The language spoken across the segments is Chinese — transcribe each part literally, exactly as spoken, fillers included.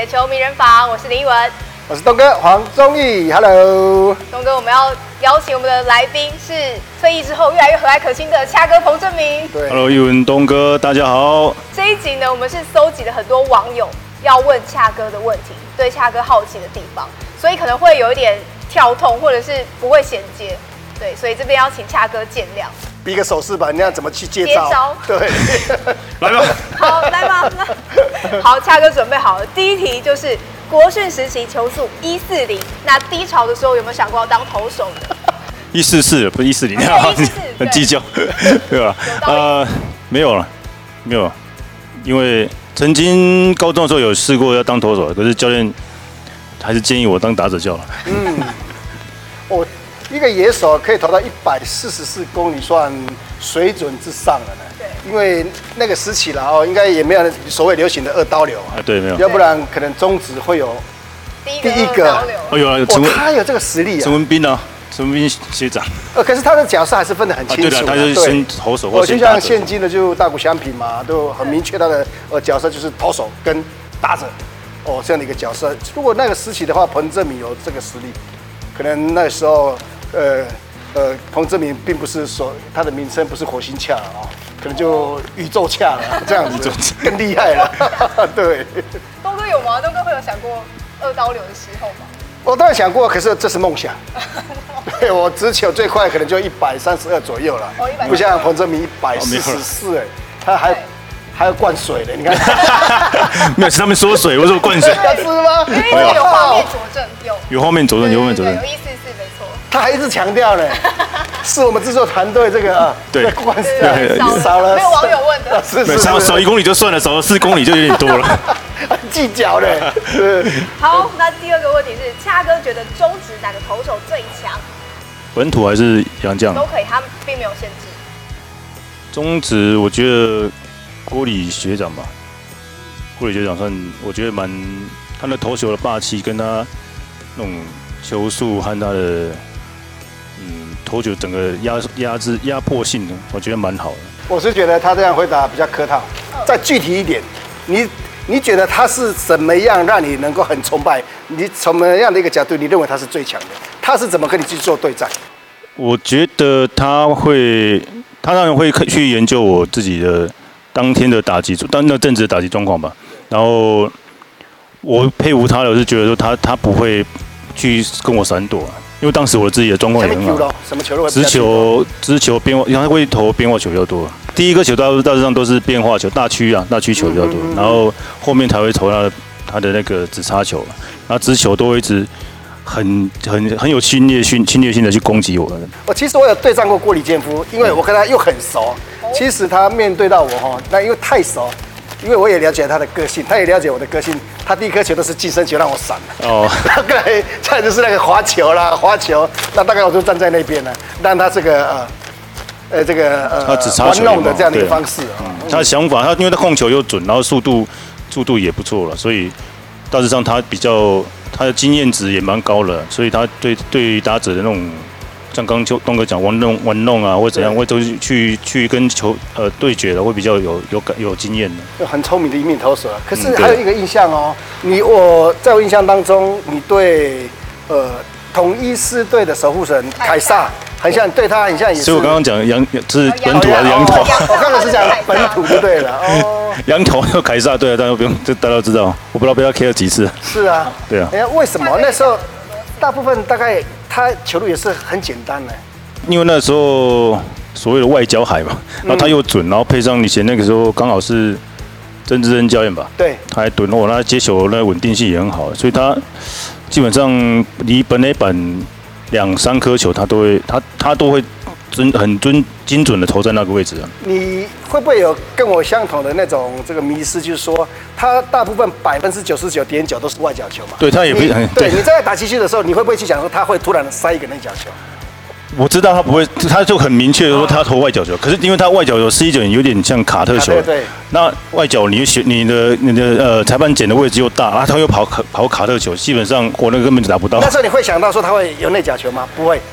解球名人房，我是林依文， 我是东哥黄宗义 ，Hello， 东哥，我们要邀请我们的来宾是退役之后越来越和蔼可亲的恰哥彭政闵。 对 ，Hello， 依文东哥，大家好。 这一集呢，我们是搜集了很多网友要问恰哥的问题，对恰哥好奇的地方，所以可能会有一点跳痛，或者是不会衔接，对，所以这边要请恰哥见谅。 比个手势吧，你要怎么去接招？ 接招， 对， 来吧。 好，来吧，那好，恰哥准备好了。第一题就是国训时期球速一四零，那低潮的时候有没有想过要当投手的？ 一四四不是一四零，很计较，对吧？呃，没有了，没有了，因为曾经高中的时候有试过要当投手，可是教练还是建议我当打者就好了。 嗯，我一个野手可以投到一百四十四公里，算水准之上了呢。 对， 因为那个时期了哦，应该也没有所谓流行的二刀流啊。 啊，对，没有。 要不然可能中职会有第第一个。 哦，有了， 陈文，他有这个实力啊。 陈文彬啊。陈文彬学长， 呃，可是他的角色还是分得很清楚、啊。 对的，他就是先投手或者。我就像现今的就大谷翔平嘛，都很明确他的呃角色就是投手跟打者，哦这样的一个角色。如果那个时期的话，彭政闵有这个实力，可能那时候呃呃彭政闵并不是说他的名称不是火星恰了啊、哦，可能就宇宙恰了，这样子更厉害了。对。 东哥有吗？东哥会有想过二刀流的时候吗？ 我当然想过，可是这是梦想。对，我直球最快可能就一百三十二左右了，哦、不像彭政闵一百四十四，哎，他还还要灌水的，你看。 没有，是他们说水，我说灌水。 是吗？ 因为有画面佐证，有有画面佐证，有画面佐证， 哦有一四四没错。 他还一直强调呢，是我们制作团队这个啊， 对， 灌水少了，没有网友问的， 是是少少一公里就算了，少了四公里就有点多了。 很计较的。 好，那第二个问题是，恰哥觉得中职哪个投手最强？ 本土还是洋将？ 都可以，他并没有限制。 中职我觉得郭李学长吧，郭李学长算我觉得蛮他的投球的霸气，跟他那种球速和他的嗯投球整个压压制压迫性，我觉得蛮好的。 我是觉得他这样回答比较客套，再具体一点，你。你觉得他是怎么样让你能够很崇拜？你从什么样的一个角度，你认为他是最强的？他是怎么跟你去做对战？ 我觉得他会，他当然会去研究我自己的当天的打击，当那阵子的打击状况吧。然后我佩服他的，我是觉得说他他不会去跟我闪躲、啊，因为当时我自己的状况也很好。 什么球都会。 直球、直球变化，因为他会投变化球比较多。第一个球大大致上都是变化球，大区啊，大区球比较多，嗯嗯嗯然后后面才会投他的他的那个直插球，然后直球都会一直很很很有侵略性、侵略性的去攻击我。 我其实我有对战过郭李建夫，因为我跟他又很熟。其实他面对到我哈，那因为太熟，因为我也了解他的个性，他也了解我的个性。他第一颗球都是寄生球让我闪了，哦，大概再就是那个滑球啦，滑球，那大概我就站在那边了，让他这个呃。呃，这个呃，玩弄的这样的一个方式啊、 嗯，他的想法，他因为他控球又准，然后速度速度也不错了，所以大致上他比较他的经验值也蛮高了，所以他对对于打者的那种，像刚刚东哥讲玩弄玩弄啊，或者怎样，会都去去跟球呃对决的，会比较有有感有经验的。 很聪明的一名投手，可是还有一个印象哦，嗯、你我在我印象当中，你对呃统一狮队的守护神凯撒。很像对他很像也是， 所以我刚刚讲洋是本土还是洋投？ 我刚才是讲本土就对了哦。 洋投要凯撒，对啊，大家不用，这大家都知道。我不知道被他 K 了几次。 是啊， 对啊。 哎呀，为什么那时候大部分大概他球路也是很简单的？ 因为那时候所谓的外角海嘛，然后他又准，然后配上以前那个时候刚好是曾智恩教练吧， 对， 他还蹲我，那接球那稳定性也很好，所以他基本上离本垒板两三颗球，他都会，他他都会准很准精准的投在那个位置啊。 你会不会有跟我相同的那种这个迷思，就是说，他大部分百分之九十九点九都是外角球嘛？ 对，他也非常对。你在打击区的时候，你会不会去想说他会突然塞一个内角球？ 我知道他不会，他就很明确的说他投外角球，可是因为他外角球是一种有点像卡特球， 对对。 那外角你选你的你的呃裁判捡的位置又大，然后他又跑跑卡特球，基本上我那个根本就打不到。 那时候你会想到说他会有内角球吗？不会。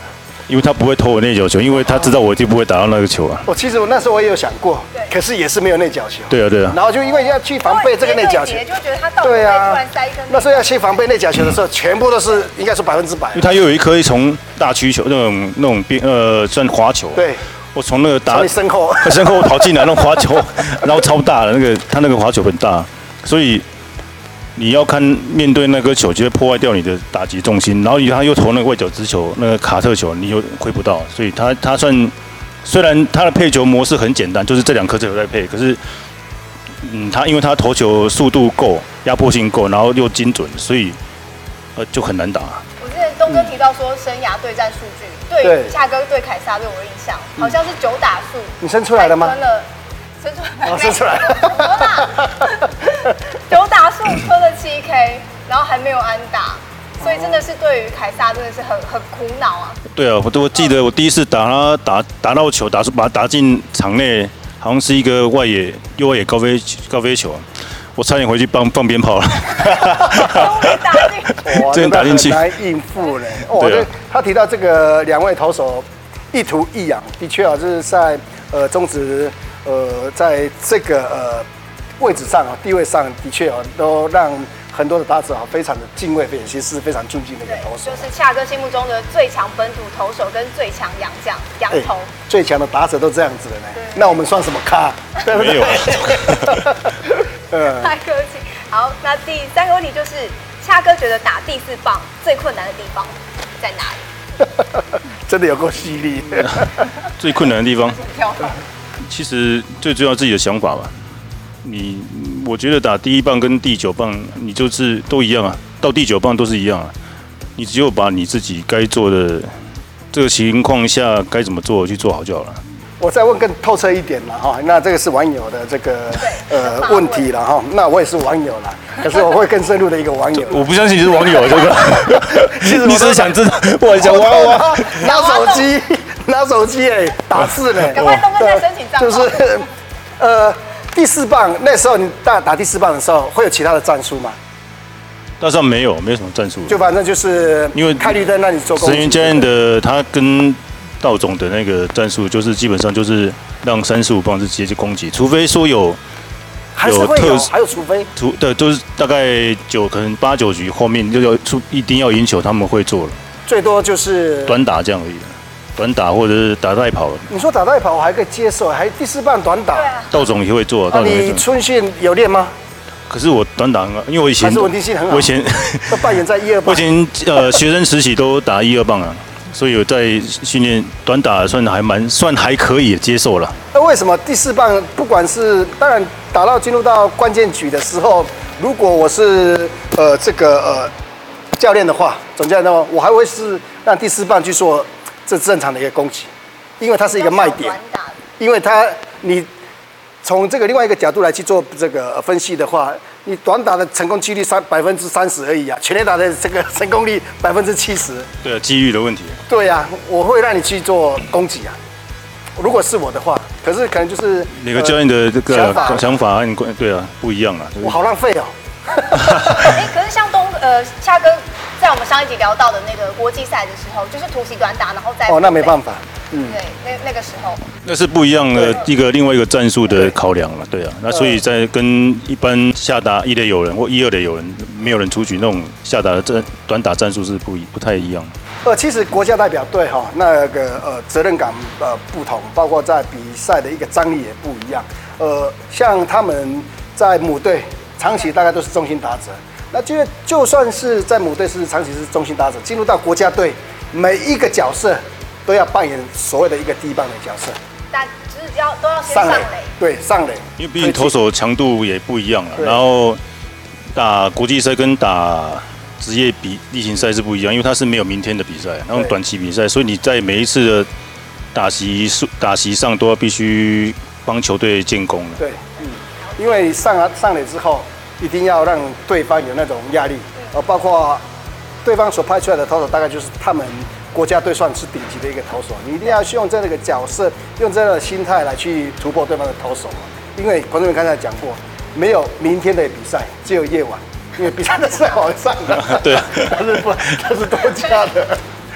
因为他不会偷我内角球，因为他知道我一定不会打到那个球啊。 我其实我那时候我也有想过，可是也是没有内角球。 对啊，对啊。 然后就因为要去防备这个内角球， 就觉得他到底会突然塞一颗。 那时候要去防备内角球的时候，全部都是应该说百分之百。 因为他又有一颗从大曲球那种那种边呃算滑球。 对。 我从那个打身后， 身后跑进来那种滑球，然后超大的那个，他那个滑球很大，所以。你要看面对那颗球，就会破坏掉你的打击重心，然后他又投那个外角直球，那个卡特球，你又挥不到，所以他他算虽然他的配球模式很简单，就是这两颗球在配，可是嗯，他因为他投球速度够，压迫性够，然后又精准，所以呃就很难打。 我之前东哥提到说生涯对战数据，对恰哥对凯撒对我的印象，好像是九打数。 你生出来了吗？ 生出来， 哦，生出来了，九打数吞了七 K， 然后还没有安打，所以真的是对于凯撒真的是很很苦恼啊。 对啊，我都记得我第一次打他打打到球，打出把他打进场内，好像是一个外野右外野高飞高飞球，我差点回去放放鞭炮了。 终于打进， 哇，真的很难应付呢。哦，对、啊，他提到这个两位投手一图一养，的确啊，就是在呃中职。呃，在这个呃位置上啊，地位上的确啊，都让很多的打者啊非常的敬畏，也其实是非常尊敬的一个投手。 就是恰哥心目中的最强本土投手跟最强洋将洋投、欸， 最强的打者都这样子了呢。那我们算什么咖？对不对？没有。 太客气。好，那第三个问题就是，恰哥觉得打第四棒最困难的地方在哪里？ 真的有够犀利。 最困难的地方。 跳动。 其实最重要自己的想法吧。你，我觉得打第一棒跟第九棒，你就是都一样啊，到第九棒都是一样啊。你只有把你自己该做的这个情况下该怎么做去做好就好了。 我再问更透彻一点了哈，那这个是网友的这个呃问题了哈，那我也是网友啦，可是我会更深入的一个网友。 我不相信你是网友这个，其实你是想知道，我想哇哇拿手机。拿手机哎，打字呢？ 赶快东哥再申请账号。 就是，呃，第四棒那时候你打打第四棒的时候，会有其他的战术吗？ 大上没有，没有什么战术。 就反正就是因为开绿灯，那你做。 神原家燕的他跟道总的那个战术，就是基本上就是让三十五棒是直接去攻击，除非说有有特还有除非除的都是大概九可能八九局后面就要出一定要赢球，他们会做了。 最多就是短打这样而已。短打或者是打带跑， 你说打带跑我还可以接受，还第四棒短打， 道总也会做。 啊，你春训有练吗？ 可是我短打很好，因为我以前还是稳定性很好。 我以前都扮演在一二棒。 我以前呃学生时期都打一二棒啊，所以有在训练短打算还蛮算还可以接受了。 那为什么第四棒不管是当然打到进入到关键局的时候，如果我是呃这个呃教练的话，总教练的话，我还会是让第四棒去做。这正常的一个攻击，因为它是一个卖点，因为它你从这个另外一个角度来去做这个分析的话，你短打的成功几率三百分之三十而已啊，全垒打的这个成功率百分之七十。 对啊，机遇的问题。 对啊，我会让你去做攻击啊。如果是我的话，可是可能就是每个教练的这个想法，想法和对啊不一样啊。 我好浪费哦。 哎，可是像东呃恰哥。在我们上一集聊到的那个国际赛的时候，就是突袭短打，然后再哦，那没办法， 嗯，对，那那个时候那是不一样的一个另外一个战术的考量了，对啊，那所以在跟一般下打一垒有人或一二垒有人没有人出局那种下打的战短打战术是不一不太一样。 呃，其实国家代表队哈，那个呃责任感呃不同，包括在比赛的一个张力也不一样。呃，像他们在母队长期大概都是中心打者。那就就算是在母队是长期是中心打者，进入到国家队，每一个角色都要扮演所谓的一个第一棒的角色。 但就是要都要先上垒， 对，上垒。 因为毕竟投手强度也不一样了，然后打国际赛跟打职业比例行赛是不一样，因为它是没有明天的比赛，那种短期比赛，所以你在每一次的打席打席上都要必须帮球队建功了。 对，嗯，因为上上垒之后。一定要让对方有那种压力，呃，包括对方所派出来的投手，大概就是他们国家队算是顶级的一个投手。你一定要用这样的一个角色，用这样的心态来去突破对方的投手。因为观众们刚才讲过，没有明天的比赛，只有夜晚，因为比赛都是在晚上的。 对， 它是不，它是多加的。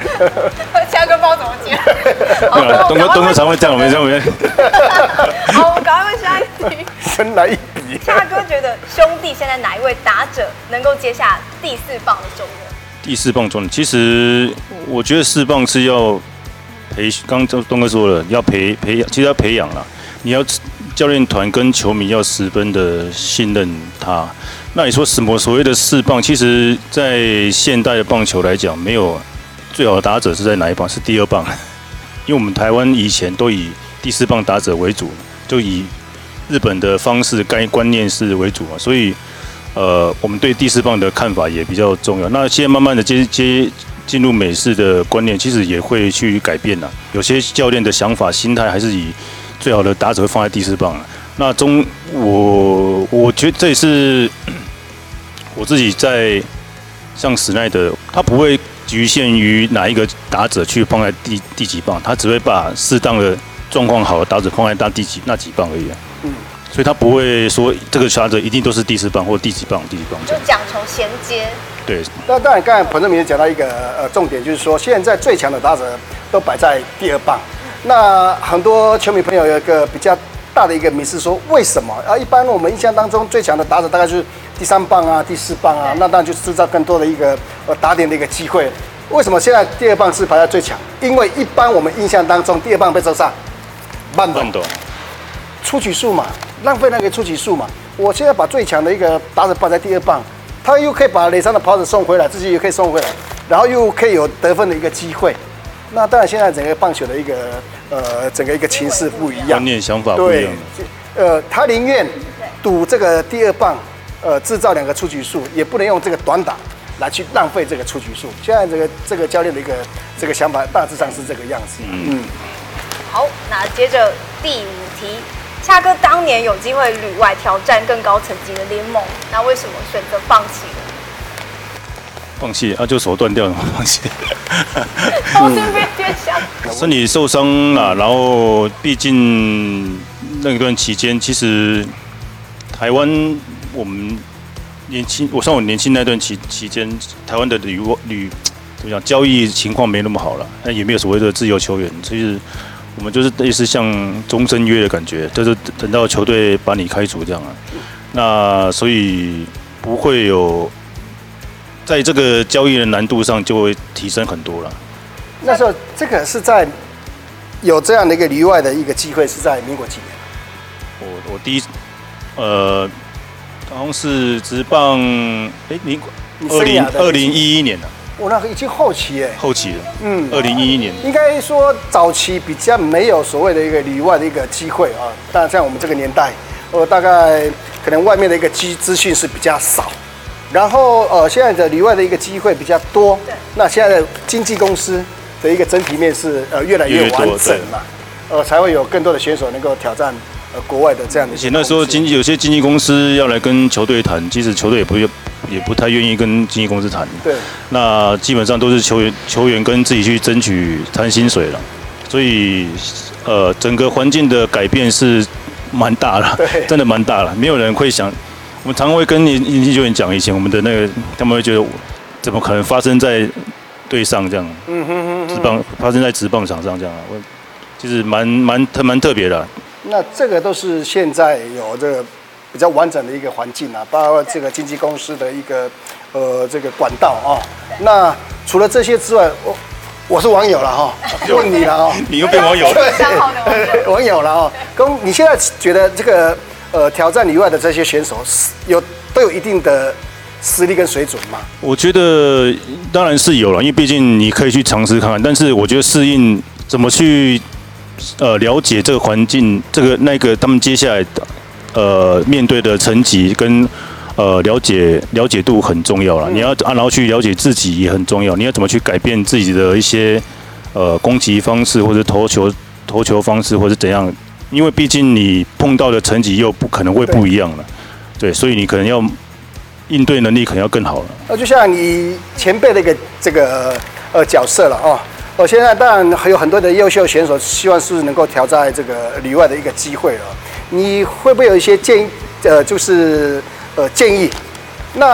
恰哥不知道怎么接。 东哥东哥常会这样，我们这样。 好，我们赶快问下一题。 神来一笔。 恰哥觉得兄弟现在哪一位打者能够接下第四棒的重任？ 第四棒重任，其实我觉得四棒是要培，刚刚东哥说了，要培培养，其实要培养啦。你要教练团跟球迷要十分的信任他。那你说什么所谓的四棒？其实，在现代的棒球来讲，没有最好的打者是在哪一棒？是第二棒，因为我们台湾以前都以第四棒打者为主，就以日本的方式、该观念是为主嘛，所以呃，我们对第四棒的看法也比较重要。那现在慢慢的接接进入美式的观念，其实也会去改变了。有些教练的想法、心态还是以最好的打者会放在第四棒。那中我我觉得这也是我自己在像史奈德，他不会局限于哪一个打者去放在第第几棒，他只会把适当的状况好的打者放在那第几那几棒而已。嗯，所以他不会说这个打者一定都是第四棒或第几棒第几棒， 就讲求衔接。 对。 那当然，刚才彭正明也讲到一个呃重点，就是说现在最强的打者都摆在第二棒。那很多球迷朋友有一个比较大的一个迷思，说为什么啊？一般我们印象当中最强的打者大概就是第三棒啊、第四棒啊，那当然就制造更多的一个呃打点的一个机会。为什么现在第二棒是排在最强？因为一般我们印象当中第二棒被抽上慢斗，出局数嘛，浪费那个出局数嘛。我现在把最强的一个打者摆在第二棒，他又可以把垒上的跑者送回来，自己也可以送回来，然后又可以有得分的一个机会。那当然，现在整个棒球的一个呃，整个一个情势不一样， 观念想法不一样。 呃，他宁愿赌这个第二棒，呃，制造两个出局数，也不能用这个短打来去浪费这个出局数。现在这个这个教练的一个这个想法大致上是这个样子。嗯。嗯好，那接着第五题，恰哥当年有机会旅外挑战更高层级的联盟，那为什么选择放弃呢？ 放弃啊，就手断掉了，放弃。 我这边变相。 身体受伤了，然后毕竟那段期间，其实台湾我们年轻，我像我年轻那段期期间，台湾的旅旅怎么讲，交易情况没那么好了，那也没有所谓的自由球员，其实我们就是类似像终身约的感觉，就是等到球队把你开除这样啊。那所以不会有。在这个交易的难度上就会提升很多了。 那时候这个是在有这样的一个旅外的一个机会，是在民国几年？ 我我第一呃，好像是职棒，哎，民国二零二零一一年了。 我那个已经后期哎， 后期了。嗯，二零一一年。 应该说早期比较没有所谓的一个旅外的一个机会啊。当然，像我们这个年代，呃，大概可能外面的一个资资讯是比较少。然后呃，现在的旅外的一个机会比较多，那现在的经纪公司的一个整体面是呃越来越完整嘛，呃才会有更多的选手能够挑战呃国外的这样的。 而且那时候经纪有些经纪公司要来跟球队谈，其实球队也不也不太愿意跟经纪公司谈。 对， 那基本上都是球员球员跟自己去争取谈薪水了，所以呃整个环境的改变是蛮大了，真的蛮大了，没有人会想。我们常常会跟年年轻球员讲，以前我们的那个，他们会觉得怎么可能发生在队上这样？嗯哼哼，职棒发生在职棒场上这样啊，我其实蛮蛮特蛮特别的、啊。 那这个都是现在有这个比较完整的一个环境啊，包括这个经纪公司的一个呃这个管道啊。那除了这些之外，我我是网友了哈，问你了哦， 你又变网友了， 对，网友了哦。公，你现在觉得这个？呃，挑战以外的这些选手有都有一定的实力跟水准吗？ 我觉得当然是有了，因为毕竟你可以去尝试看看。但是我觉得适应怎么去呃了解这个环境，这个那个他们接下来呃面对的层级跟呃了解了解度很重要了。你要然后去了解自己也很重要。你要怎么去改变自己的一些呃攻击方式，或者投球投球方式，或者怎样？因为毕竟你碰到的成绩又不可能会不一样了，对，所以你可能要应对能力可能要更好了。 那就像你前辈的一个这个呃角色了哦，我现在当然还有很多的优秀选手，希望是能够挑战这个旅外的一个机会了。你会不会有一些建议？呃，就是呃建议？那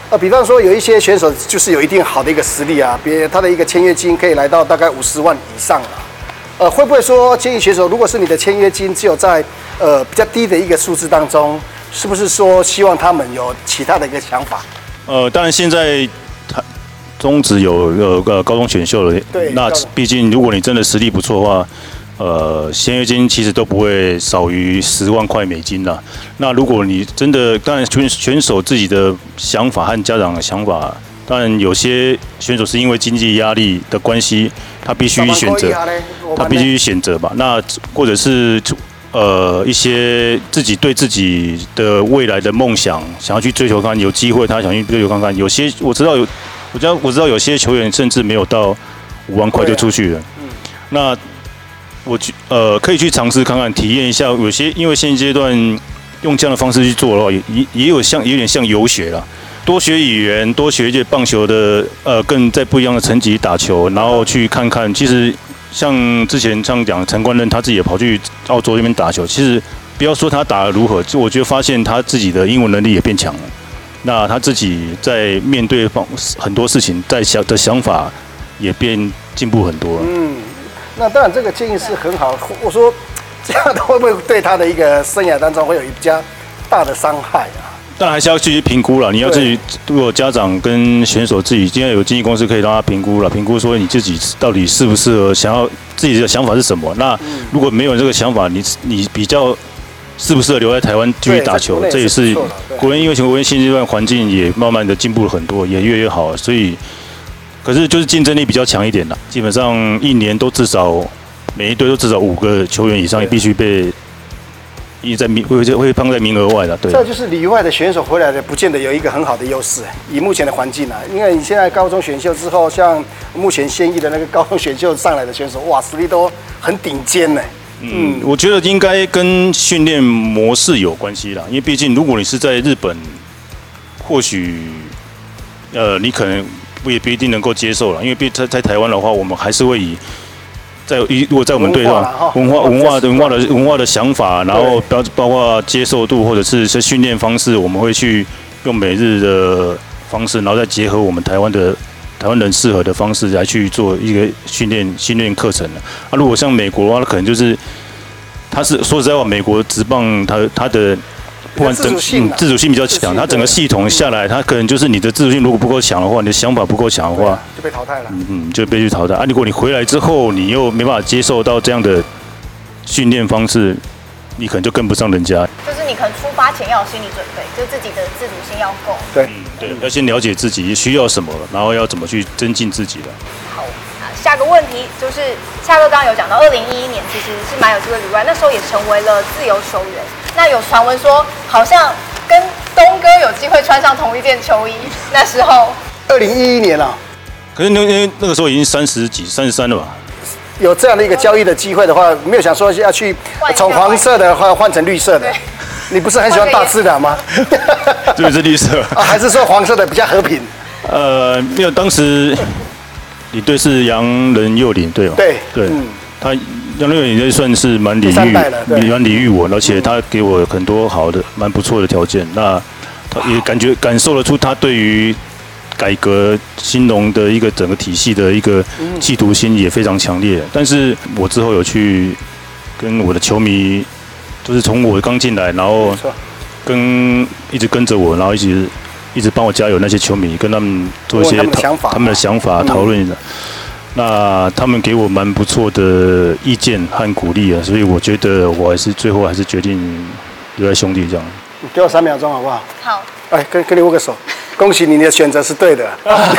呃，比方说有一些选手就是有一定好的一个实力啊，别他的一个签约金可以来到大概五十万以上啊。呃，会不会说建议选手，如果是你的签约金只有在呃比较低的一个数字当中，是不是说希望他们有其他的一个想法？ 呃，当然现在他中职有有个高中选秀了， 对， 那毕竟如果你真的实力不错的话。呃，签约金其实都不会少于十万块美金啦。那如果你真的，当然选选手自己的想法和家长的想法，当然有些选手是因为经济压力的关系，他必须选择，他必须选择吧。那或者是呃一些自己对自己的未来的梦想想要去追求看看，有机会他想去追求看看。有些我知道有，我知道我知道有些球员甚至没有到五万块就出去了。嗯，那。我去呃，可以去尝试看看，体验一下。有些因为现阶段用这样的方式去做的话，也也也有像有点像游学啦，多学语言，多学一些棒球的呃，更在不一样的层级打球，然后去看看。其实像之前像讲陈冠任，他自己也跑去澳洲那边打球。其实不要说他打得如何，就我觉得发现他自己的英文能力也变强了。那他自己在面对方很多事情，在想的想法也变进步很多了。嗯。 那当然，这个建议是很好。我说，这样的会不会对他的一个生涯当中会有比较大的伤害啊？ 当然还是要去评估了。你要自己，如果家长跟选手自己，今天有经纪公司可以让他评估了，评估说你自己到底适不适合，想要自己的想法是什么。那如果没有这个想法，你你比较适不适合留在台湾继续打球？这也是国人，因为国人现阶段环境也慢慢的进步了很多，也越来越好，所以。可是就是竞争力比较强一点啦，基本上一年都至少每一队都至少五个球员以上，也必须被一在名会会放在名额外的。对， 这就是里外的选手回来的，不见得有一个很好的优势。以目前的环境啊，因为你现在高中选秀之后，像目前现役的那个高中选秀上来的选手，哇，实力都很顶尖呢。 嗯，我觉得应该跟训练模式有关系啦，因为毕竟如果你是在日本，或许呃你可能。也不一定能够接受了，因为在在台湾的话，我们还是会以在一如果在我们队的话，文化文化的文化的文化的想法，然后包包括接受度或者是些训练方式，我们会去用美日的方式，然后再结合我们台湾的台湾人适合的方式来去做一个训练训练课程了。啊，如果像美国的话，可能就是它是说实在话，美国职棒它它的。不管整嗯自主性比较强，它整个系统下来，它可能就是你的自主性如果不够强的话，你的想法不够强的话， 就被淘汰了。 嗯嗯，就被去淘汰啊！如果你回来之后，你又没办法接受到这样的训练方式，你可能就跟不上人家。 就是你可能出发前要有心理准备，就自己的自主性要够。 对， 嗯对，要先了解自己需要什么，然后要怎么去增进自己的。 好，下个问题就是恰哥刚刚有讲到，二零一一年其实是蛮有机会旅外，那时候也成为了自由球员。那有传闻说，好像跟东哥有机会穿上同一件球衣。那时候， 二零一一年啊， 可是那那那个时候已经三十几、三十三了吧？ 有这样的一个交易的机会的话，没有想说要去从黄色的话换成绿色的。你不是很喜欢大自然吗？ 这个是绿色啊，还是说黄色的比较和平？ 呃，没有，当时你队是杨仁佑领队哦。 对对，嗯、他。杨仁佑也算是蛮礼遇、蛮礼遇我，而且他给我很多好的、蛮不错的条件。那他也感觉感受得出他对于改革兴农的一个整个体系的一个企图心也非常强烈。但是我之后有去跟我的球迷，就是从我刚进来，然后跟一直跟着我，然后一直一直帮我加油那些球迷，跟他们做一些他们的想法讨论的。那他们给我蛮不错的意见和鼓励啊，所以我觉得我还是最后还是决定留在兄弟这样。 你给我三秒钟好不好？ 好。 哎，跟跟你握个手，恭喜你的选择是对的。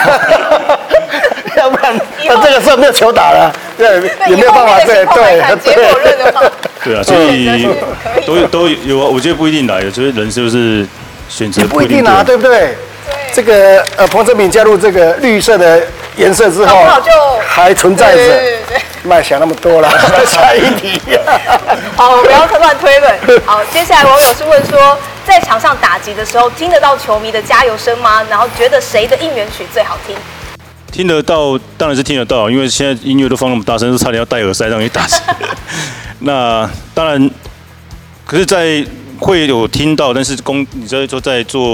要不然他这个时候没有球打了，对，也没有办法对对结果论的话。 对啊，所以都都有啊，我觉得不一定来的，所以人就是选择不一定啊，对不对？这个呃，彭正明加入这个绿色的颜色之后，还存在着。对对对，卖想那么多了，下一题。 好，不要乱推论。好，接下来网友是问说，在场上打击的时候，听得到球迷的加油声吗？然后觉得谁的应援曲最好听？ 听得到，当然是听得到，因为现在音乐都放那么大声，都差点要戴耳塞让你打击。那当然，可是，在会有听到，但是公，你在说在做。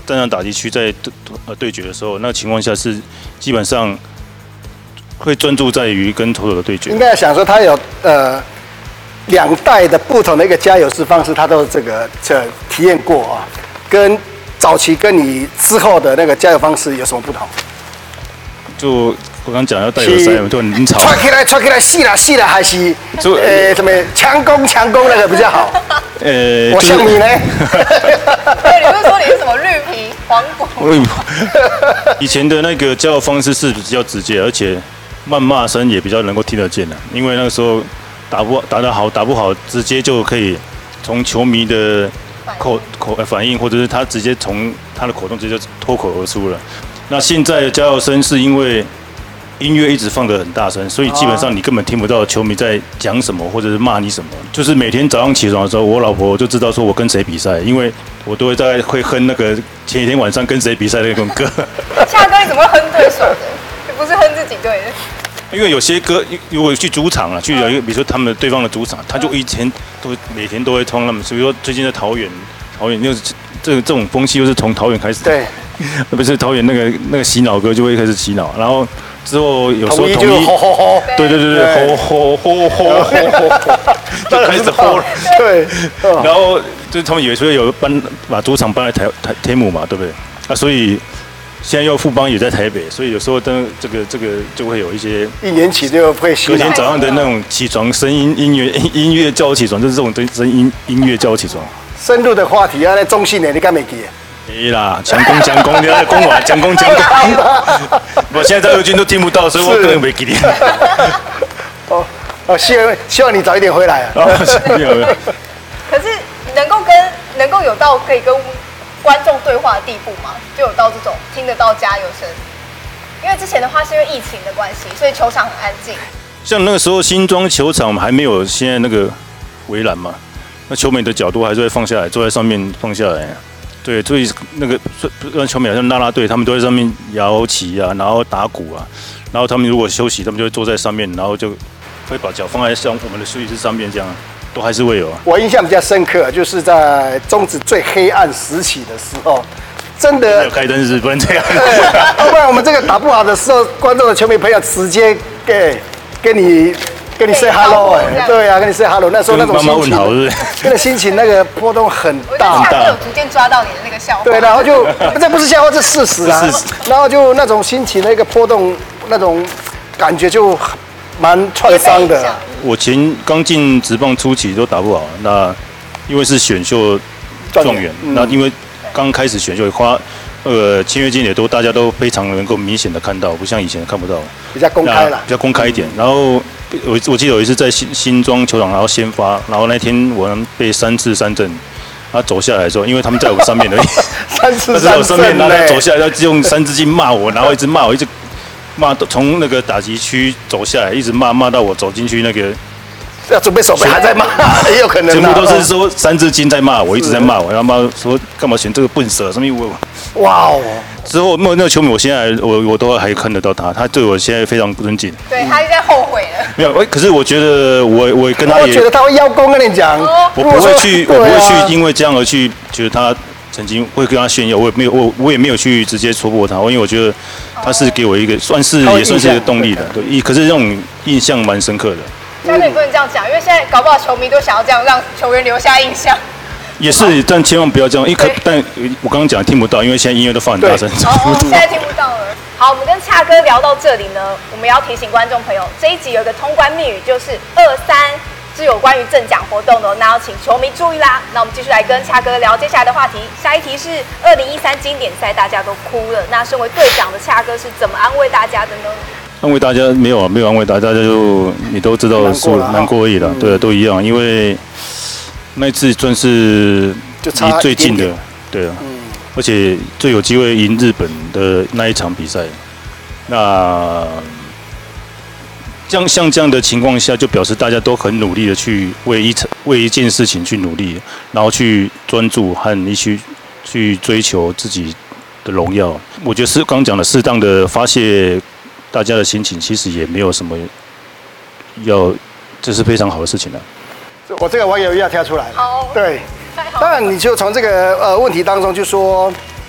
站上打击区在呃对决的时候，那情况下是基本上会专注在于跟投手的对决。 应该想说他有呃两代的不同的一个加油式方式，他都这个这体验过啊，跟早期跟你之后的那个加油方式有什么不同？ 就我刚讲要带有塞，就很吵。 窜起来，窜起来，细了，细了，还是呃什么强攻强攻那个比较好？呃，我像你呢。 对，你不是说你是什么绿皮黄骨？ 以前的那个加油方式是比较直接，而且谩骂声也比较能够听得见的，因为那个时候打不打得好，打不好，直接就可以从球迷的口口反应，或者是他直接从他的口中直接就脱口而出了。那现在的加油声是因为音乐一直放得很大声，所以基本上你根本听不到球迷在讲什么或者是骂你什么。就是每天早上起床的时候，我老婆就知道说我跟谁比赛，因为我都会大概会哼那个前一天晚上跟谁比赛的那种歌。 恰哥，你怎么会哼对手的？你不是哼自己队的？ 因为有些歌，如果去主场了，去有一个，比如说他们对方的主场，他就一天都每天都会唱他们。比如说最近在桃园，桃园就是这这种风气，又是从桃园开始。 对。 不是桃园那个那个洗脑歌就会开始洗脑，然后之后有时候统一， 吼吼吼， 对对对对，吼吼吼吼吼，就开始吼了。 对。 然后就是他们以为说有搬把主场搬来台台天母嘛，对不对？啊，所以。现在又富邦也在台北，所以有时候灯这个这个就会有一些一年起就会隔天早上的那种起床声音音乐音乐叫我起床，就是这种声音音乐叫我起床。 深入的话题啊，那中信的你敢没记？ 没啦，强攻强攻，你在攻我强攻强攻。我现在在二军都听不到，所以我根本没记你。 哦哦，希望希望你早一点回来啊。 可是能够跟能够有到可以跟观众对话的地步吗？就有到这种听得到加油声？因为之前的话是因为疫情的关系，所以球场很安静。 像那个时候新庄球场还没有现在那个围栏嘛，那球迷的角度还是会放下来，坐在上面放下来。对，所以那个让球迷好像啦啦队，他们都在上面摇旗啊，然后打鼓啊，然后他们如果休息，他们就会坐在上面，然后就会把脚放在像我们的休息室上面这样。都还是会有啊。 我印象比较深刻，就是在中职最黑暗时期的时候，真的没有开灯是不能这样。 要不然我们这个打不好的时候，观众的球迷朋友直接给跟你跟你 say hello 哎，对啊，跟你 say hello。那时候那种心情，那个心情那个波动很大。 我觉得有逐渐抓到你的那个笑话。 对，然后就这不是笑话，这事实啊。然后就那种心情的一个波动，那种感觉就蛮创伤的。 我前刚进职棒初期都打不好，那因为是选秀状元，嗯、那因为刚开始选秀花呃签约金也都大家都非常能够明显的看到，不像以前看不到， 比较公开了， 比较公开一点。然后我我记得有一次在新新庄球场，然后先发，然后那天我们被三次三振。他走下来的时候，因为他们在我上面而已， 三次三振， 他在我上面，然后他走下来，他用三字经骂我，然后一直骂我，一直骂从那个打击区走下来，一直骂骂到我走进去那个， 要准备手背还在骂，也有可能。 全部都是说三字经在骂我，一直在骂我，然后骂说干嘛选这个笨蛇什么我。 哇哦！ 之后那那个球迷，我现在我我都还看得到他，他对我现在非常尊敬。 对他应该后悔了。 没有，可是我觉得我我跟他也， 我觉得他会邀功跟你讲， 我不会去，我不会去因为这样而去觉得他曾经会跟他炫耀，我也没有我我也没有去直接戳破他，因为我觉得他是给我一个算是也算是一个动力的，对，可是这种印象蛮深刻的。 嘉哥，你不能这样讲，因为现在搞不好球迷都想要这样让球员留下印象。 也是，但千万不要这样，因为但我刚刚讲听不到，因为现在音乐都放很大声。 哦，现在听不到了。好，我们跟恰哥聊到这里呢，我们要提醒观众朋友，这一集有一个通关密语，就是二三是有关于赠奖活动的，那要请球迷注意啦。那我们继续来跟恰哥聊接下来的话题。下一题是二零一三经典赛，大家都哭了，那身为队长的恰哥是怎么安慰大家的呢？ 安慰大家没有啊，没有安慰大家，大家就你都知道是难过而已了，嗯、对，都一样，因为。那次算是离最近的，点点对啊，嗯、而且最有机会赢日本的那一场比赛。那这样像这样的情况下，就表示大家都很努力的去为一为一件事情去努力，然后去专注和一起去追求自己的荣耀。我觉得是刚讲的适当的发泄大家的心情，其实也没有什么要，这是非常好的事情了。 我这个网友又要跳出来了。 好， 对，当然你就从这个呃问题当中就说，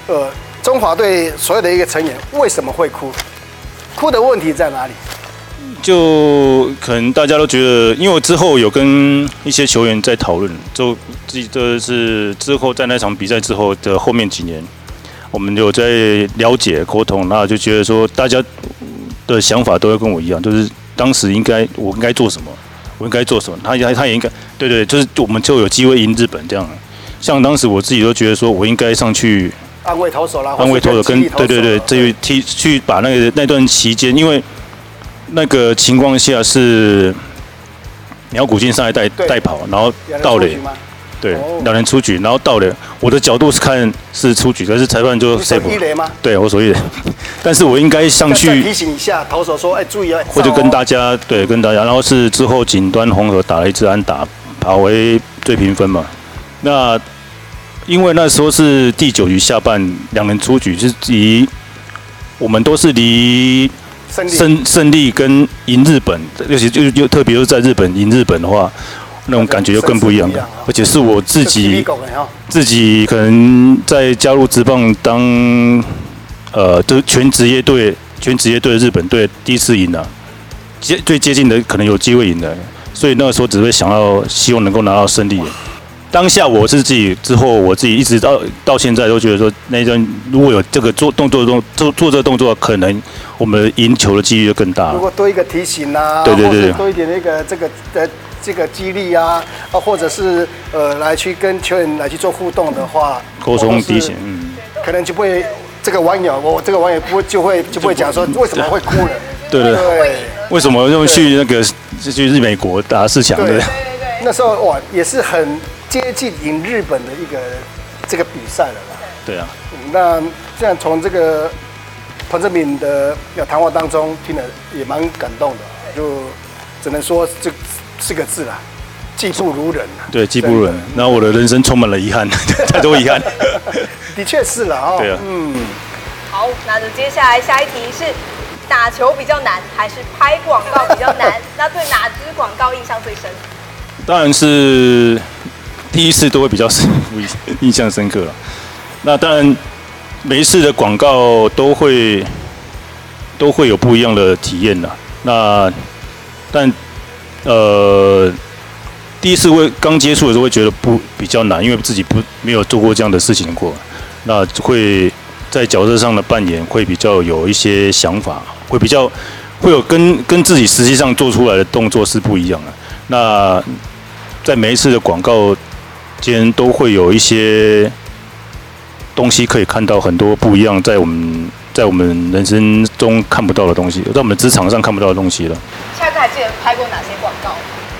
呃，中华队所有的一个成员为什么会哭？哭的问题在哪里？ 就可能大家都觉得，因为我之后有跟一些球员在讨论，就记得是之后在那场比赛之后的后面几年，我们有在了解沟通，那就觉得说大家的想法都会跟我一样，就是当时应该我应该做什么，我应该做什么，他也他也应该对对，就是我们就有机会赢日本这样。像当时我自己都觉得说我应该上去安慰投手啦， 安慰投手跟对对对，这踢去把那个那段期间，因为那个情况下是鸟谷进上来带带跑，然后盗垒，对，两人出局，然后盗垒。我的角度是看是出局，但是裁判就 save 一垒吗？ 对，我手一垒，但是我应该上去提醒一下投手说，哎，注意啊， 或者跟大家对跟大家，然后是之后锦端红河打了一支安打，跑回最平分嘛。那因为那时候是第九局下半，两人出局，就是离我们都是离胜胜利跟赢日本，尤其就就特别是在日本赢日本的话，那种感觉就更不一样了。而且是我自己自己可能在加入职棒当呃，就是全职业队全职业队的日本队第一次赢了，接最接近的可能有机会赢的，所以那个时候只会想要希望能够拿到胜利。当下我是自己之后我自己一直到到现在都觉得说，那一段如果有这个做动作动做做这个动作，可能我们赢球的几率就更大了。 如果多一个提醒啊， 对对对对， 多一点那个这个的这个激励啊，啊，或者是呃来去跟球员来去做互动的话， 沟通提醒，嗯， 可能就不会这个网友，我这个网友不会就会就不会讲说为什么会哭了。 对对对，为什么又去那个去日美国打四强的？ 那时候哇也是很接近赢日本的一个这个比赛了啦。 对啊。 那这样从这个彭政闵的谈话当中听了也蛮感动的，就只能说这四个字啦，技不如人。 对，技不如人。然后我的人生充满了遗憾，太多遗憾。 的确是了哦。 对啊。 嗯。 好，那就接下来下一题是打球比较难，还是拍广告比较难？那对哪支广告印象最深？ 当然是第一次都会比较印象深刻了。那当然每一次的广告都会都会有不一样的体验啦。那但呃第一次会刚接触的时候会觉得不比较难，因为自己不没有做过这样的事情过。那会在角色上的扮演会比较有一些想法，会比较会有跟跟自己实际上做出来的动作是不一样的。那在每一次的广告间都会有一些东西可以看到很多不一样，在我们在我们人生中看不到的东西，在我们职场上看不到的东西了。 恰哥还记得拍过哪些广告？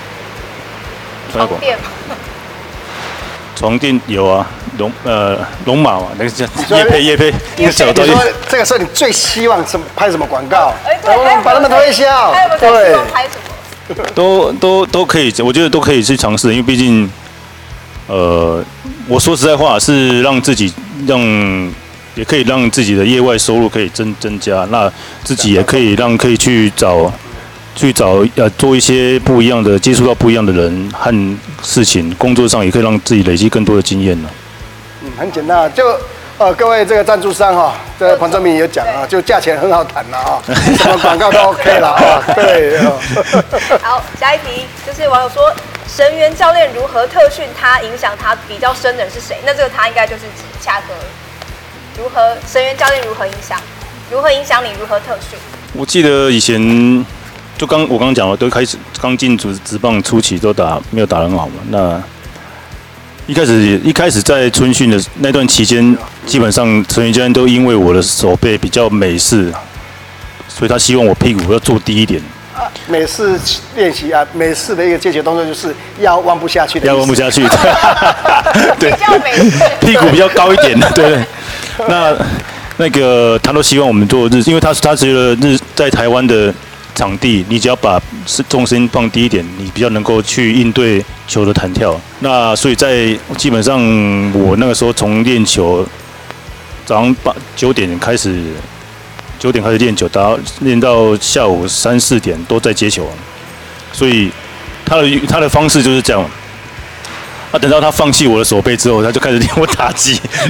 床垫吗？床垫有啊，龙呃龙马嘛，那个叫业配业配那个小东西。 你说这个时候你最希望什么拍什么广告？ 哎，对， 把他们推销。 还有没有最希望拍什么？ 都都都可以，我觉得都可以去尝试，因为毕竟，呃，我说实在话是让自己让也可以让自己的业外收入可以增增加，那自己也可以让可以去找去找呃做一些不一样的，接触到不一样的人和事情，工作上也可以让自己累积更多的经验了。 嗯，很简单，就呃各位这个赞助商哈，这彭政闵也讲啊，就价钱很好谈了啊，什么广告都 OK 了啊，对。 好，下一题就是网友说，神原教练如何特训他，影响他比较深的人是谁？那这个他应该就是指恰哥。如何神原教练如何影响？如何影响你？如何特训？ 我记得以前就刚我刚刚讲了，都开始刚进职职棒初期都打没有打得很好嘛。那一开始一开始在春训的那段期间，基本上神原教练都因为我的手背比较美式，所以他希望我屁股要坐低一点。 美式练习啊，美式的一个接球动作就是腰弯不下去的， 腰弯不下去， 对，比较美式， 屁股比较高一点，对。那那个他都希望我们做日，因为他他觉得日在台湾的场地，你只要把重心放低一点，你比较能够去应对球的弹跳。那所以在基本上我那个时候从练球，早上八九点开始。九点开始练球，打练到下午三四点都在接球，所以他的他的方式就是这样。啊，等到他放弃我的手背之后，他就开始练我打击。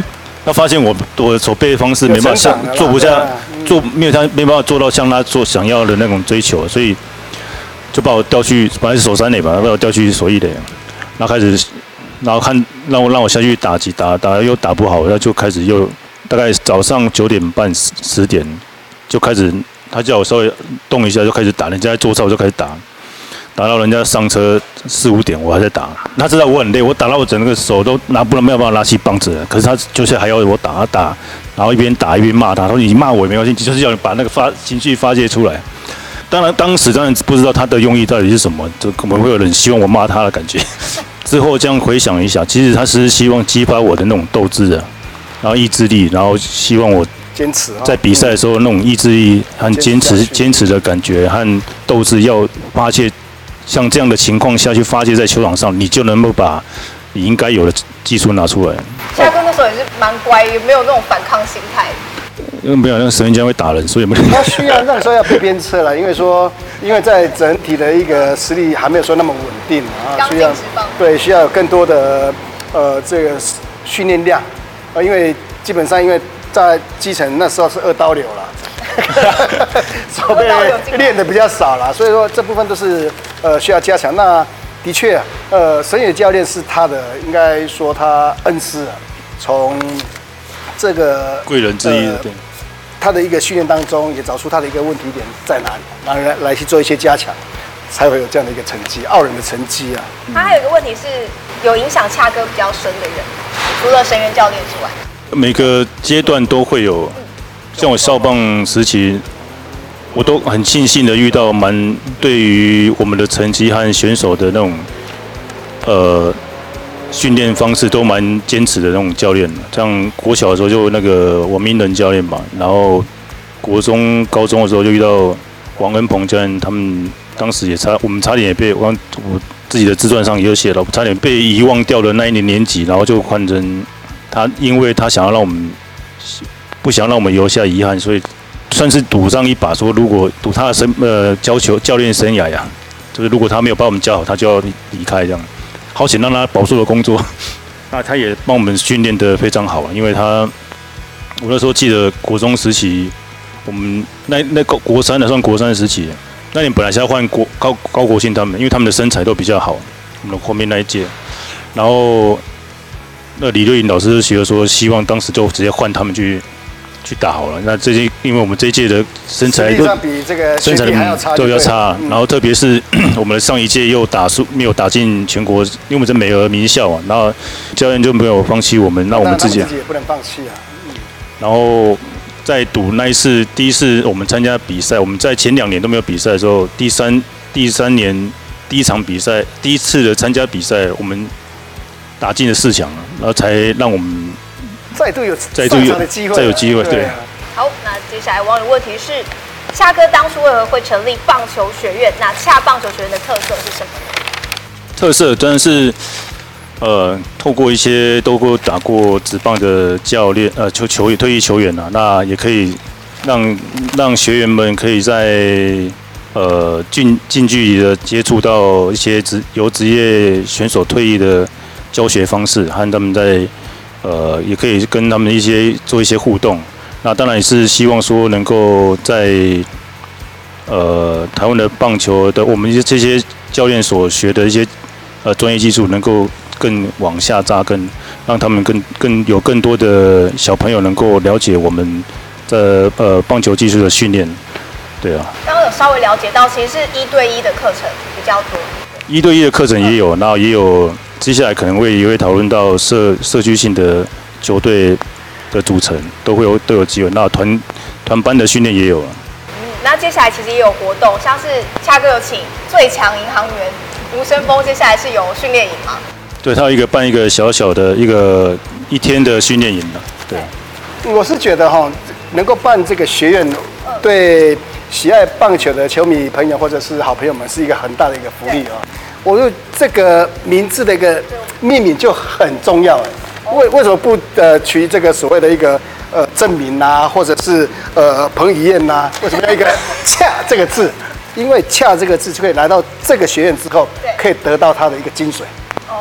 他发现我我的手背方式没办法像做不下，做没有他没办法做到像他做想要的那种追求，所以就把我调去，本来是守三垒吧，把我调去守一垒，然后开始，然后看让我让我下去打击，打打又打不好，然后就开始又大概早上九点半十十点就开始，他叫我稍微动一下就开始打，人家在做操我就开始打。打到人家上车四五点，我还在打。他知道我很累，我打到我整个手都拿不能没有办法拿起棒子了。可是他就是还要我打，他打，然后一边打一边骂他。他说：“你骂我也没关系，就是要你把那个发情绪发泄出来。”当然，当时当然不知道他的用意到底是什么，就可能会有人希望我骂他的感觉。之后这样回想一下，其实他是希望激发我的那种斗志的，然后意志力，然后希望我坚持在比赛的时候那种意志力和坚持坚持的感觉和斗志要发泄。像这样的情况下去发泄在球场上，你就能够把你应该有的技术拿出来。 夏哥那时候也是蛮乖，也没有那种反抗心态。 因为没有那个神人家会打人，所以没有。 他需要那个时候要被鞭策了，因为说，因为在整体的一个实力还没有说那么稳定啊，需要对需要有更多的呃这个训练量啊，因为基本上因为在基层那时候是二刀流了。手背练的比较少了，所以说这部分都是呃需要加强。那的确，呃，神野教练是他的，应该说他恩师啊，从这个贵人之一的，对、呃， 他的一个训练当中也找出他的一个问题点在哪里，然后来来去做一些加强，才会有这样的一个成绩，傲人的成绩啊。 他还有一个问题是有影响恰哥比较深的人，除了神原教练之外， 每个阶段都会有。像我少棒时期，我都很庆幸的遇到蛮对于我们的成绩和选手的那种呃训练方式都蛮坚持的那种教练。像国小的时候就那个王明仁教练吧，然后国中、高中的时候就遇到王恩鹏教练，他们当时也差，我们差点也被我我自己的自传上也有写了，差点被遗忘掉的那一年年级，然后就换成他，因为他想要让我们。不想让我们留下遗憾，所以算是赌上一把，说如果赌他的生呃教球教练生涯呀，就是如果他没有把我们教好，他就要离开这样。好险让他保住了工作，那他也帮我们训练得非常好，因为他我那时候记得国中时期，我们那那个国三的算国三的时期，那年本来是要换国高高国庆他们，因为他们的身材都比较好，我们后面那一届，然后那李瑞颖老师觉得说，希望当时就直接换他们去。去打好了，那这些因为我们这一届的身材都比这个身材都要差，然后特别是我们的上一届又打输没有打进全国，因为我们是美俄名校啊，然后教练就没有放弃我们，那我们自己也不能放弃啊。 然后在赌那一次第一次我们参加比赛，我们在前两年都没有比赛的时候，第三第三年第一场比赛第一次的参加比赛，我们打进了四强，然后才让我们。 再度有再度有再有机会，对。 好，那接下来网友问题是：恰哥当初为何会成立棒球学院？那恰棒球学院的特色是什么呢？ 特色真的是，呃，透过一些透过打过职棒的教练，呃，球球员退役球员啊，那也可以让让学员们可以在呃近近距离的接触到一些职由职业选手退役的教学方式，和他们在。呃，也可以跟他们一些做一些互动。那当然也是希望说能够在呃台湾的棒球的我们这些教练所学的一些呃专业技术，能够更往下扎根，让他们更更有更多的小朋友能够了解我们的呃棒球技术的训练。对啊。 刚刚有稍微了解到，其实是一对一的课程比较多。 一对一的课程也有，然后也有。接下来可能会也会讨论到社社区性的球队的组成，都会有都有机会。那团团班的训练也有了。 嗯，那接下来其实也有活动，像是恰哥有请最强银行员吴声峰，接下来是有训练营吗？ 对，他有一个办一个小小的一个一天的训练营的。对， 我是觉得哈，能够办这个学院，对喜爱棒球的球迷朋友或者是好朋友们是一个很大的一个福利啊。我觉得这个名字的一个命名就很重要了。为为什么不呃取这个所谓的一个呃证明啊，或者是呃彭于晏呐？为什么要一个恰这个字？因为恰这个字就可以来到这个学院之后，可以得到它的一个精髓。哦。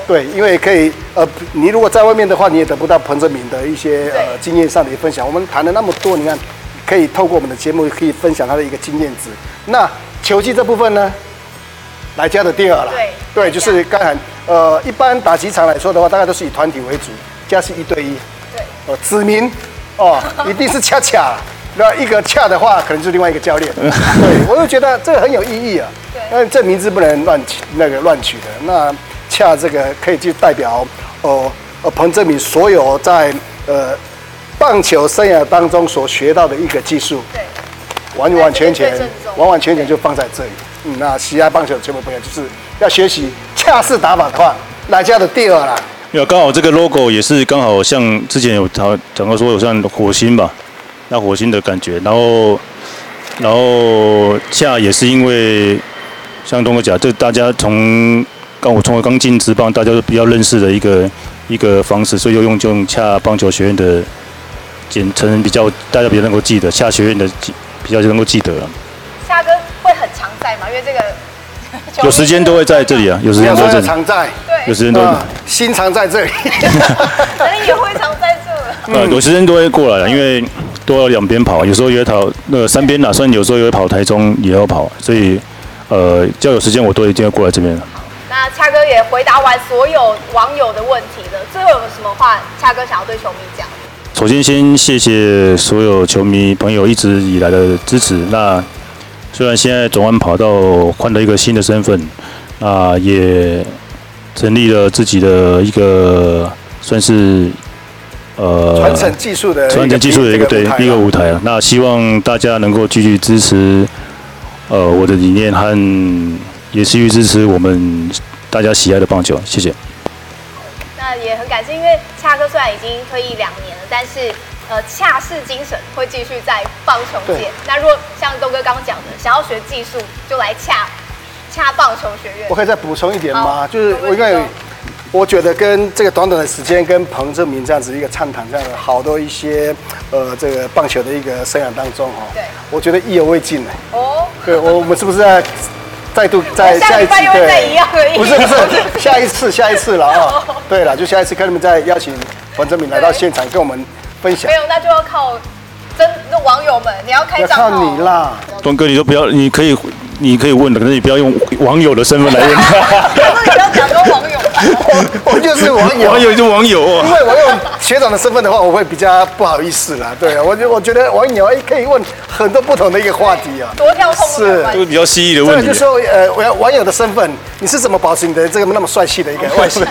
对，因为可以呃，你如果在外面的话，你也得不到彭哲敏的一些呃经验上的分享。我们谈了那么多，你看，可以透过我们的节目可以分享他的一个经验值。那球技这部分呢，来家的第二了。 对， 对，就是刚才呃，一般打击场来说的话，大概都是以团体为主，家是一对一。 对。 哦，指明哦，一定是恰恰。那一个恰的话，可能就是另外一个教练。对，我就觉得这个很有意义啊。对。但这名字不能乱取，那个乱取的。那恰这个可以去代表哦呃彭哲敏所有在呃棒球生涯当中所学到的一个技术。对。完完全全，完完全全就放在这里。嗯，那喜爱棒球的全部朋友，就是要学习恰式打法的话，来家的第二啦。 有刚好这个 logo 也是刚好像之前有讲讲过说有像火星吧。那火星的感觉，然后，然后恰也是因为像东哥讲，这大家从刚我从刚进职棒，大家都比较认识的一个一个方式，所以就用就用恰棒球学院的简称，比较大家比较能够记得，恰学院的比较能够记得了。 恰哥会很常在吗？因为这个有时间都会在这里啊，有时间都在。 常在， 对， 有时间都心常在这里， 人也会常在这。 呃，有时间都会过来了，因为。都要两边跑，有时候也会跑那个三边啦，虽然有时候也会跑台中，也要跑，所以呃，只要有时间我都一定要过来这边。 那恰哥也回答完所有网友的问题了，最后有什么话恰哥想要对球迷讲？ 首先先谢谢所有球迷朋友一直以来的支持。那虽然现在转换跑道换了一个新的身份，啊，也成立了自己的一个算是。 呃，传承技术的传承技术的一个对一个舞台啊，那希望大家能够继续支持，呃，我的理念和也继续支持我们大家喜爱的棒球，谢谢。 那也很感谢，因为恰哥虽然已经退役两年了，但是呃，恰式精神会继续在棒球界。那如果像东哥刚刚讲的，想要学技术，就来恰恰棒球学院。 我可以再补充一点吗？就是我应该有。我觉得跟这个短短的时间，跟彭哲敏这样子一个畅谈，这样的好多一些呃这个棒球的一个生涯当中哈，对，我觉得意犹未尽呢。哦，对，我们是不是在再度在下一次对？ 不是不是，下一次下一次了啊！对了，就下一次看你们再邀请彭哲敏来到现场跟我们分享。 没有，那就要靠真的网友们，你要开账号。 要靠你啦， 东哥，你都不要，你可以。你可以问的，可是你不要用网友的身份来问。 可是你不要讲说网友， 我我就是网友， 网友就网友啊。 因为我用学长的身份的话，我会比较不好意思啦。对啊，我就我觉得网友哎可以问很多不同的一个话题啊， 多跳痛是都是比较犀利的问题。 这个就说呃，我要网友的身份，你是怎么保持你的这个那么帅气的一个外形？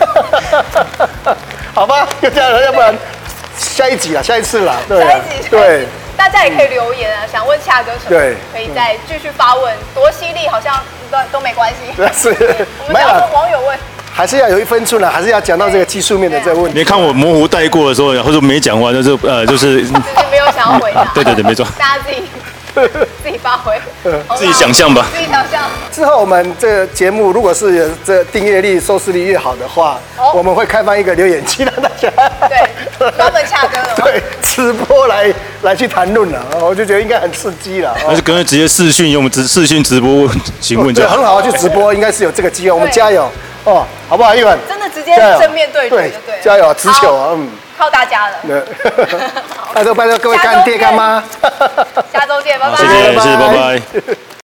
好吧，就这样了，要不然下一集啦，下一次啦，对下一集对。大家也可以留言啊，想问恰哥什么，对，可以再继续发问，多犀利好像都都没关系。 是， 我们讲说网友问， 还是要有一分寸了，还是要讲到这个技术面的这个问题。 你看我模糊带过的时候，或者没讲完，就是呃，就是自己没有想要回答。 对对对，没错。 大家自己自己发挥， 自己想象吧。 自己想象。 之后我们这个节目如果是这订阅率、收视率越好的话，哦、我们会开放一个留言机让大家对专门恰哥的对直播来来去谈论了，我就觉得应该很刺激了。 那就可能直接视讯，用我们直视讯直播询问就好。很好，去直播应该是有这个机会，我们加油哦，好不好？一文真的直接正面对决就对， 加油，直球啊，嗯。 靠大家了， 拜托拜托各位干爹干妈， 下周见，拜拜， 谢谢谢谢，拜拜。